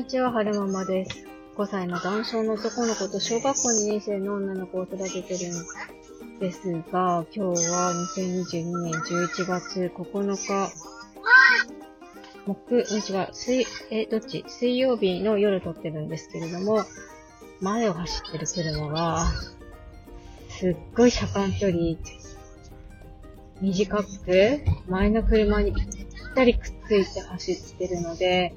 ちは、はるままです。5歳の男性の男の子と小学校2年生の女の子を育ててるんですが、今日は2022年11月9日、水曜日の夜撮ってるんですけれども、前を走ってる車が、すっごい車間距離短く、前の車にぴったりくっついて走ってるので、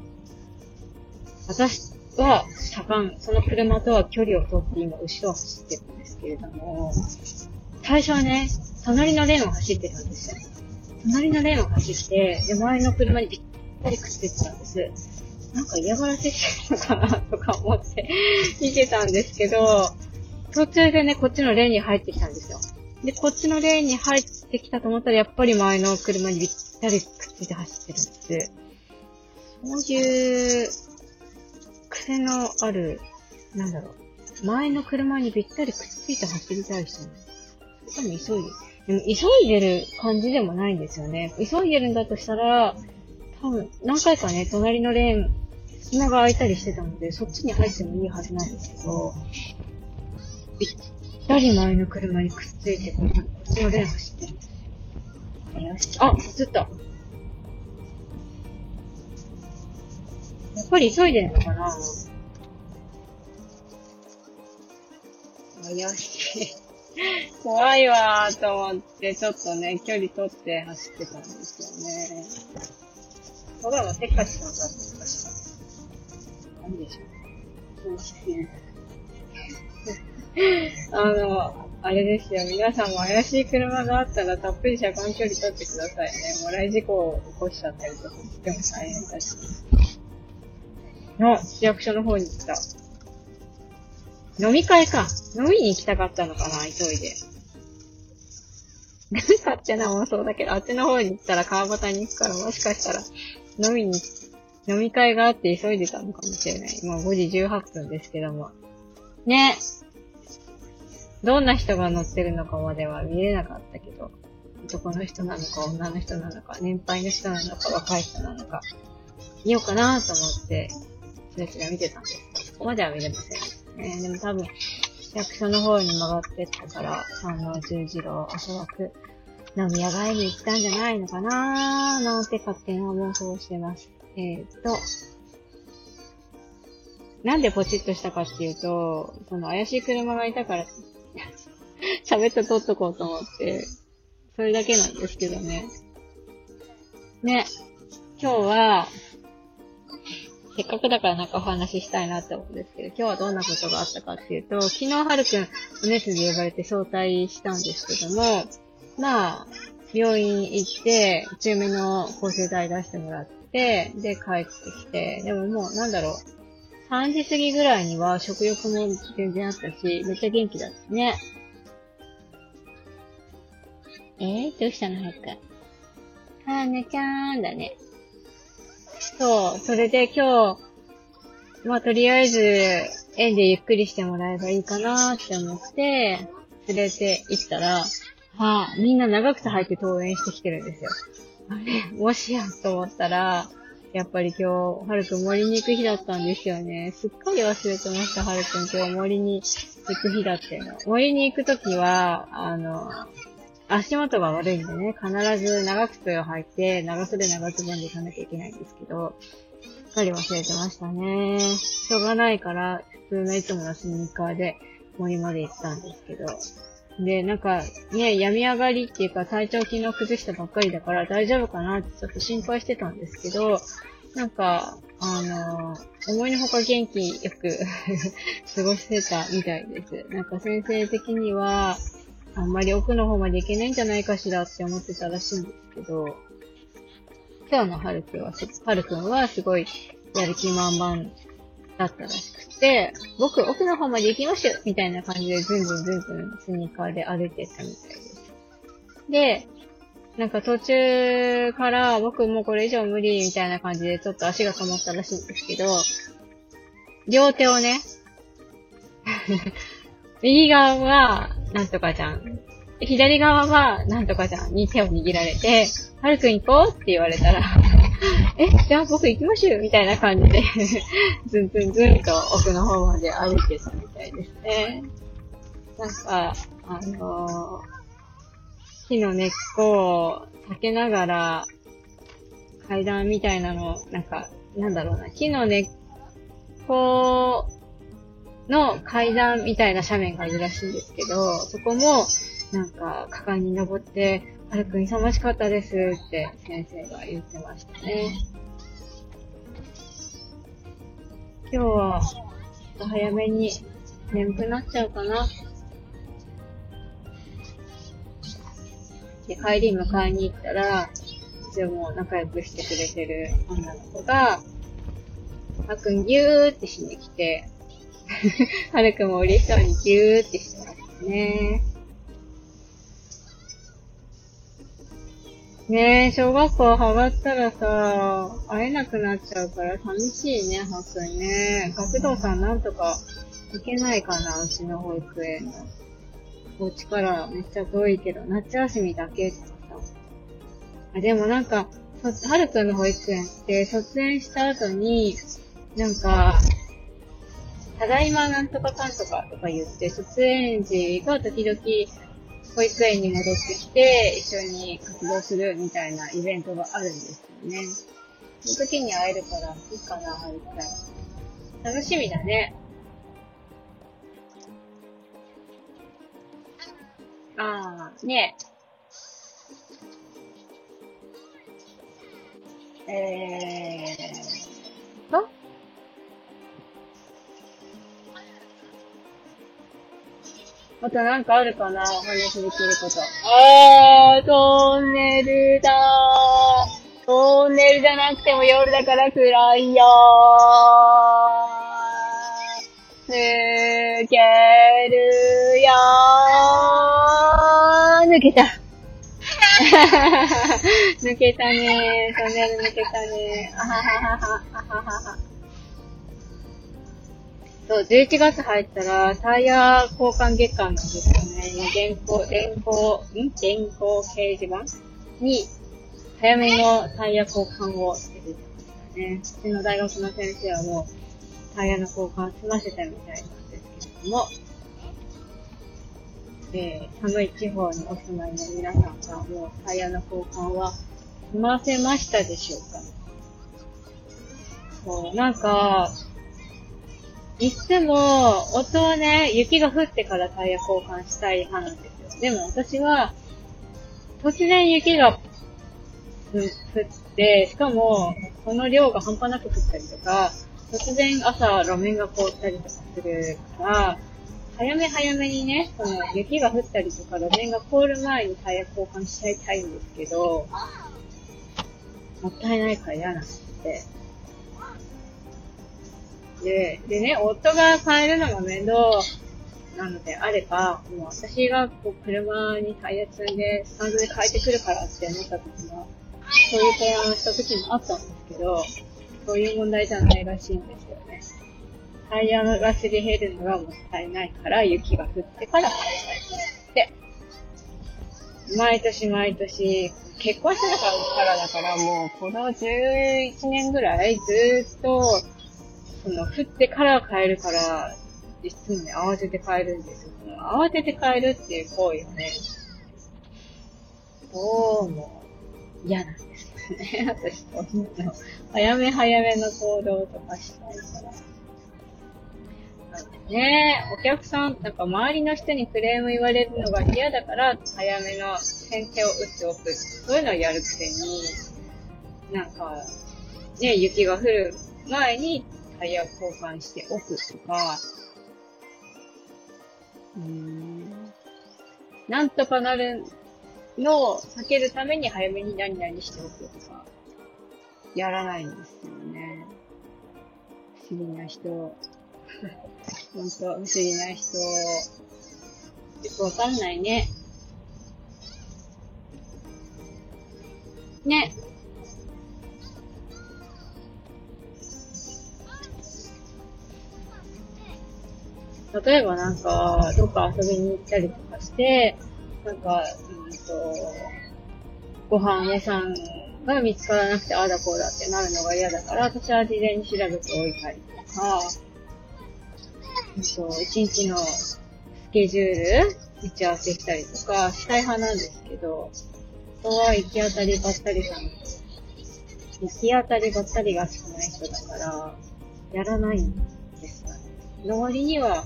私はその車とは距離を取って今後ろを走ってるんですけれども、最初はね、隣のレーンを走ってたんですよ。隣のレーンを走って、で、前の車にぴったりくっついてたんです。なんか嫌がらせしてるのかなとか思って見てたんですけど、途中でね、こっちのレーンに入ってきたんですよ。で、こっちのレーンに入ってきたと思ったら、やっぱり前の車にぴったりくっついて走ってるんです。そういう癖のある、前の車にぴったりくっついて走りたい人も、それともでも急いでる感じでもないんですよね。急いでるんだとしたら、多分、何回かね、隣のレーン、隙間が空いたりしてたので、そっちに入ってもいいはずなんですけど、ぴったり前の車にくっついて、こっちのレーン走ってるんですよ。よし。あ、映った。やっぱり急いでるのかな？よし。怖いわーと思って、ちょっとね、距離取って走ってたんですよね。ただのせっかちさんだったのかしら。何でしょう。あれですよ。皆さんも怪しい車があったらたっぷり車間距離取ってくださいね。もらい事故を起こしちゃったりとかしても大変だし。市役所の方に来た。飲み会か。飲みに行きたかったのかな、急いで。勝手な妄想だけど、あっちの方に行ったら川端に行くから、もしかしたら飲み会があって急いでたのかもしれない。もう5時18分ですけども。ね。どんな人が乗ってるのかまでは見れなかったけど、男の人なのか女の人なのか、年配の人なのか若い人なのか、見ようかなと思って、ちらちら見てたんですけど、そこまでは見れませんでしたね。でも多分、市役所の方に曲がってったから、十字路、おそらく、飲み屋街に行ったんじゃないのかなーなんて勝手な妄想をしてます。なんでポチッとしたかっていうと、その怪しい車がいたから、喋って撮っとこうと思って、それだけなんですけどね。ね、今日は、せっかくだからなんかお話ししたいなって思うんですけど、今日はどんなことがあったかっていうと、昨日はるくんお熱で呼ばれて早退したんですけども、まあ、病院行って、中目の抗生剤出してもらって、で、帰ってきて、でももう3時過ぎぐらいには食欲も全然あったし、めっちゃ元気だったね。どうしたのはるくん。寝ちゃーんだね。そう、それで今日、まあとりあえず、園でゆっくりしてもらえばいいかなって思って、連れて行ったら、みんな長靴履いて登園してきてるんですよ。あれ、もしやと思ったら、やっぱり今日、はるくん森に行く日だったんですよね。すっかり忘れてました、はるくん今日森に行く日だっていうの。森に行くときは、足元が悪いんでね、必ず長靴を履いて、長袖長ズボンで行かなきゃいけないんですけど、すっかり忘れてましたね。しょうがないから、普通のいつものスニーカーで森まで行ったんですけど、で、病み上がりっていうか体調昨日崩したばっかりだから大丈夫かなってちょっと心配してたんですけど、思いのほか元気よく過ごしてたみたいです。先生的には、あんまり奥の方まで行けないんじゃないかしらって思ってたらしいんですけど、今日のはるくんはすごいやる気満々だったらしくて、僕奥の方まで行きましょうみたいな感じでずんずんスニーカーで歩いてったみたいです。で、途中から僕もうこれ以上無理みたいな感じでちょっと足が止まったらしいんですけど、両手をね、右側はなんとかちゃん、左側はなんとかちゃんに手を握られて、はるくん行こうって言われたら、 じゃあ僕行きましょうみたいな感じで、ずんずんずんと奥の方まで歩いてたみたいですね。なんか、木の根っこを避けながら、階段みたいなの、なんか、なんだろうな、木の根っこの階段みたいな斜面があるらしいんですけど、そこも、なんか、果敢に登って、はるくん勇ましかったですって先生が言ってましたね。今日は、ちょっと早めに眠くなっちゃうかな。で、帰り迎えに行ったら、いつも仲良くしてくれてる女の子が、はるくんギューってしに来て、はるくんも嬉しそうにギューってしてましたね。ねえ、小学校上がったらさ、会えなくなっちゃうから寂しいね、はっくんね。学童さんなんとか行けないかな、うちの保育園の。お家からめっちゃ遠いけど、夏休みだけってさ。でもなんか、はるくんの保育園って卒園した後に、なんか、ただいまなんとかかんとかとか言って、卒園児が時々保育園に戻ってきて、一緒に活動するみたいなイベントがあるんですよね。その時に会えるからいいかな、はるくん。楽しみだね。ねと、あとなんかあるかな、お話できること。トンネルだー。トンネルじゃなくても夜だから暗いよー。抜けるよー。抜けた。抜けたねー。トンネル抜けたねー。あはははは。あははは。そう、11月入ったらタイヤ交換月間なんですよね。電光掲示板に早めのタイヤ交換をしてるんですよね。うちの大学の先生はもうタイヤの交換済ませたみたいなんですけれども、寒い地方にお住まいの皆さんがもうタイヤの交換は済ませましたでしょうか。そう、なんか、いつも、夫はね、雪が降ってからタイヤ交換したい派なんですよ。でも私は、突然雪が降って、しかも、その量が半端なく降ったりとか、突然朝路面が凍ったりとかするから、早めにね、その雪が降ったりとか路面が凍る前にタイヤ交換しちゃいたいんですけど、もったいないから嫌なんで。でね、夫が変えるのが面倒なのであれば、もう私がこう車にタイヤ積んでスタンドで変えてくるからって思った時も、そういう提案をした時もあったんですけど、そういう問題じゃないらしいんですよね。タイヤがすり減るのがもったいないから、雪が降ってから変えたいって。毎年、結婚してからだからもうこの11年ぐらいずーっと、降ってから変えるから、いつもね、慌てて変えるんですよ。慌てて変えるっていう行為をね、どうも嫌なんですよね。私と早めの行動とかしたいから。ねえ、お客さん、なんか周りの人にクレーム言われるのが嫌だから、早めの先手を打っておく。そういうのをやるくせに、なんか、ね、雪が降る前にタイヤ交換しておくとか、なんとかなるのを避けるために早めに何々しておくとか、やらないんですよね。不思議な人。ほんと、不思議な人。よくわかんないね。ね。例えばなんか、どっか遊びに行ったりとかして、なんか、ご飯屋さんが見つからなくて、ああだこうだってなるのが嫌だから、私は事前に調べておいたりとか、一日のスケジュール、打ち合わせしたりとか、したい派なんですけど、人は行き当たりばったりさん、行き当たりばったりが少ない人だから、やらないんですよね。の割には、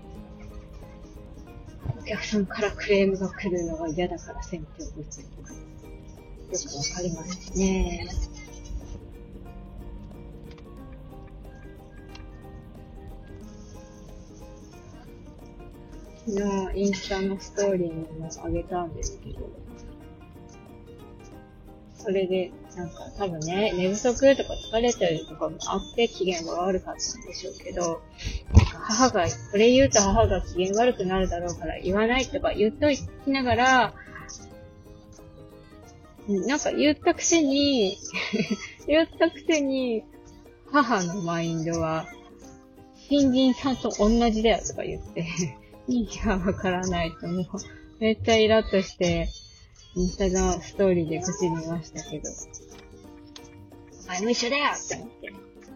お客さんからクレームが来るのが嫌だから先手を打つとか、よくわかりますね。昨日インスタのストーリーにもあげたんですけど、それで、なんか多分ね、寝不足とか疲れたりとかもあって機嫌が悪かったんでしょうけど、なんか母が、これ言うと母が機嫌悪くなるだろうから言わないとか言っときながら、なんか言ったくせに、母のマインドは、新人さんと同じだよとか言って、意味がわからないともう、めっちゃイラッとして、インスタのストーリーで口に見ましたけど、お前も一緒だよって思って、よ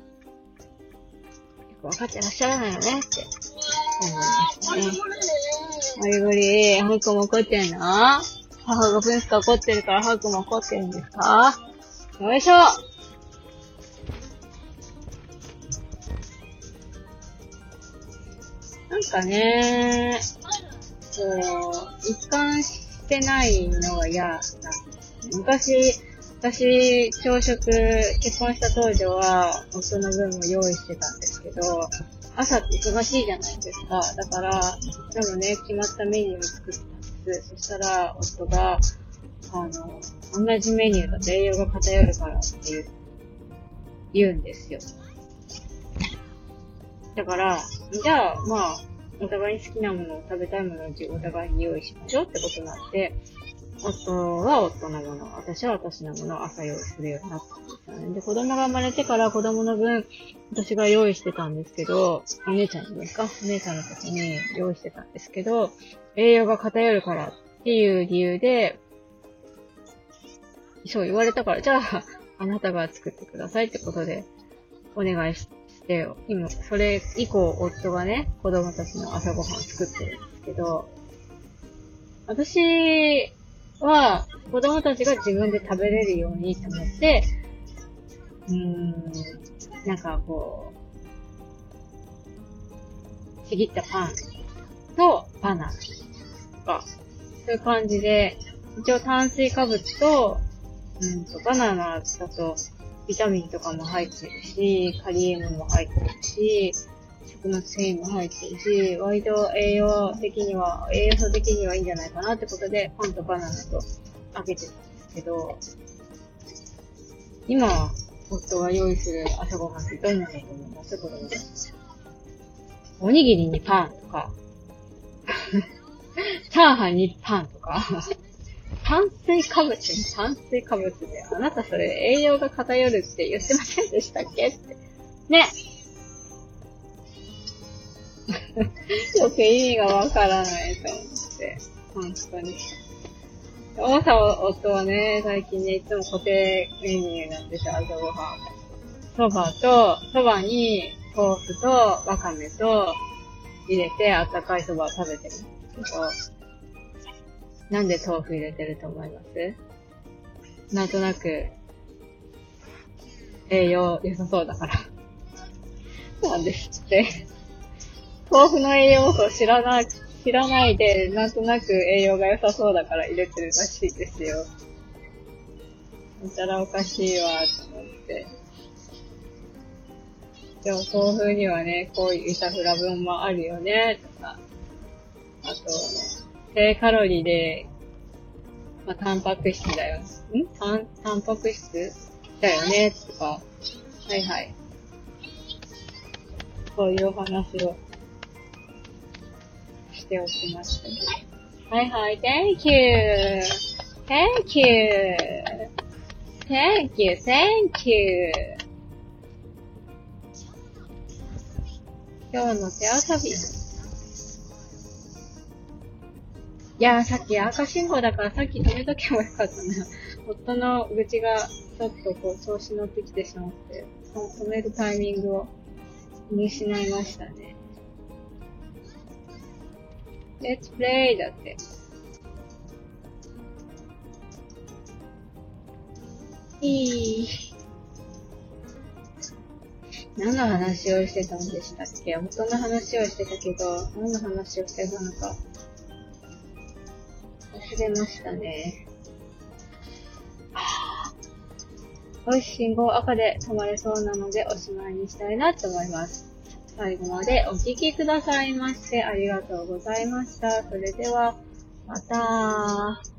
くわかってらっしゃらないよねって思いましたね。おいごり、ハクも怒ってんの？母がプンスカ怒ってるからハクも怒ってるんですか？よいしょ。なんかね、一貫してないのが嫌なんです。私、朝食、結婚した当時は、夫の分も用意してたんですけど、朝って忙しいじゃないですか。だから、でもね、決まったメニューを作ったんです。そしたら、夫が、同じメニューだと栄養が偏るからって言うんですよ。だから、じゃあ、まあ、お互いに好きなものを食べたいものをお互いに用意しましょうってことになって、夫は夫のもの、私は私のものを朝用意するようになったんですよね。で、子供が生まれてから子供の分、私が用意してたんですけど、お姉ちゃんの時に用意してたんですけど、栄養が偏るからっていう理由で、そう言われたから、じゃあ、あなたが作ってくださいってことで、お願いしてよ。今、それ以降、夫がね、子供たちの朝ごはん作ってるんですけど、私は、子供たちが自分で食べれるようにと思って、なんかこう、ちぎったパンとバナナとか、そういう感じで、一応炭水化物と、バナナだとビタミンとかも入ってるし、カリウムも入ってるし、食物繊維も入ってるし、割と栄養素的にはいいんじゃないかなってことで、パンとバナナとあげてたんですけど、今、夫が用意する朝ごはんってどんなだと思います？子供たち。おにぎりにパンとか、チャーハンにパンとか、炭水化物で、あなたそれ栄養が偏るって言ってませんでしたっけって。ね。よく意味がわからないと思って。本当に。夫はね、最近ね、いつも固定メニューなんですよ、朝ごはん。そばに豆腐とわかめと入れてあったかいそばを食べてるんですけど、なんで豆腐入れてると思います？なんとなく、栄養良さそうだから。なんですって。豆腐の栄養素を知らないで、なんとなく栄養が良さそうだから入れてるらしいですよ。おちゃらおかしいわ、と思って。でも豆腐にはね、こういうイタフラ分もあるよね、とか。あと、低カロリーで、タンパク質だよ。タンパク質だよね、とか。はいはい。そういうお話をしておきましたけど。はいはい、thank you! Thank you! Thank you! Thank you! 今日の手遊び。いやー、さっき赤信号だからさっき止めとけばよかったな。 夫の愚痴がちょっと調子乗ってきてしまって、止めるタイミングを見失いましたね。Let's play だって。何の話をしてたんでしたっけ？夫の話をしてたけど、何の話をしてたのか忘れましたね。よし、信号赤で止まれそうなのでおしまいにしたいなと思います。最後までお聞きくださいましてありがとうございました。それでは、また。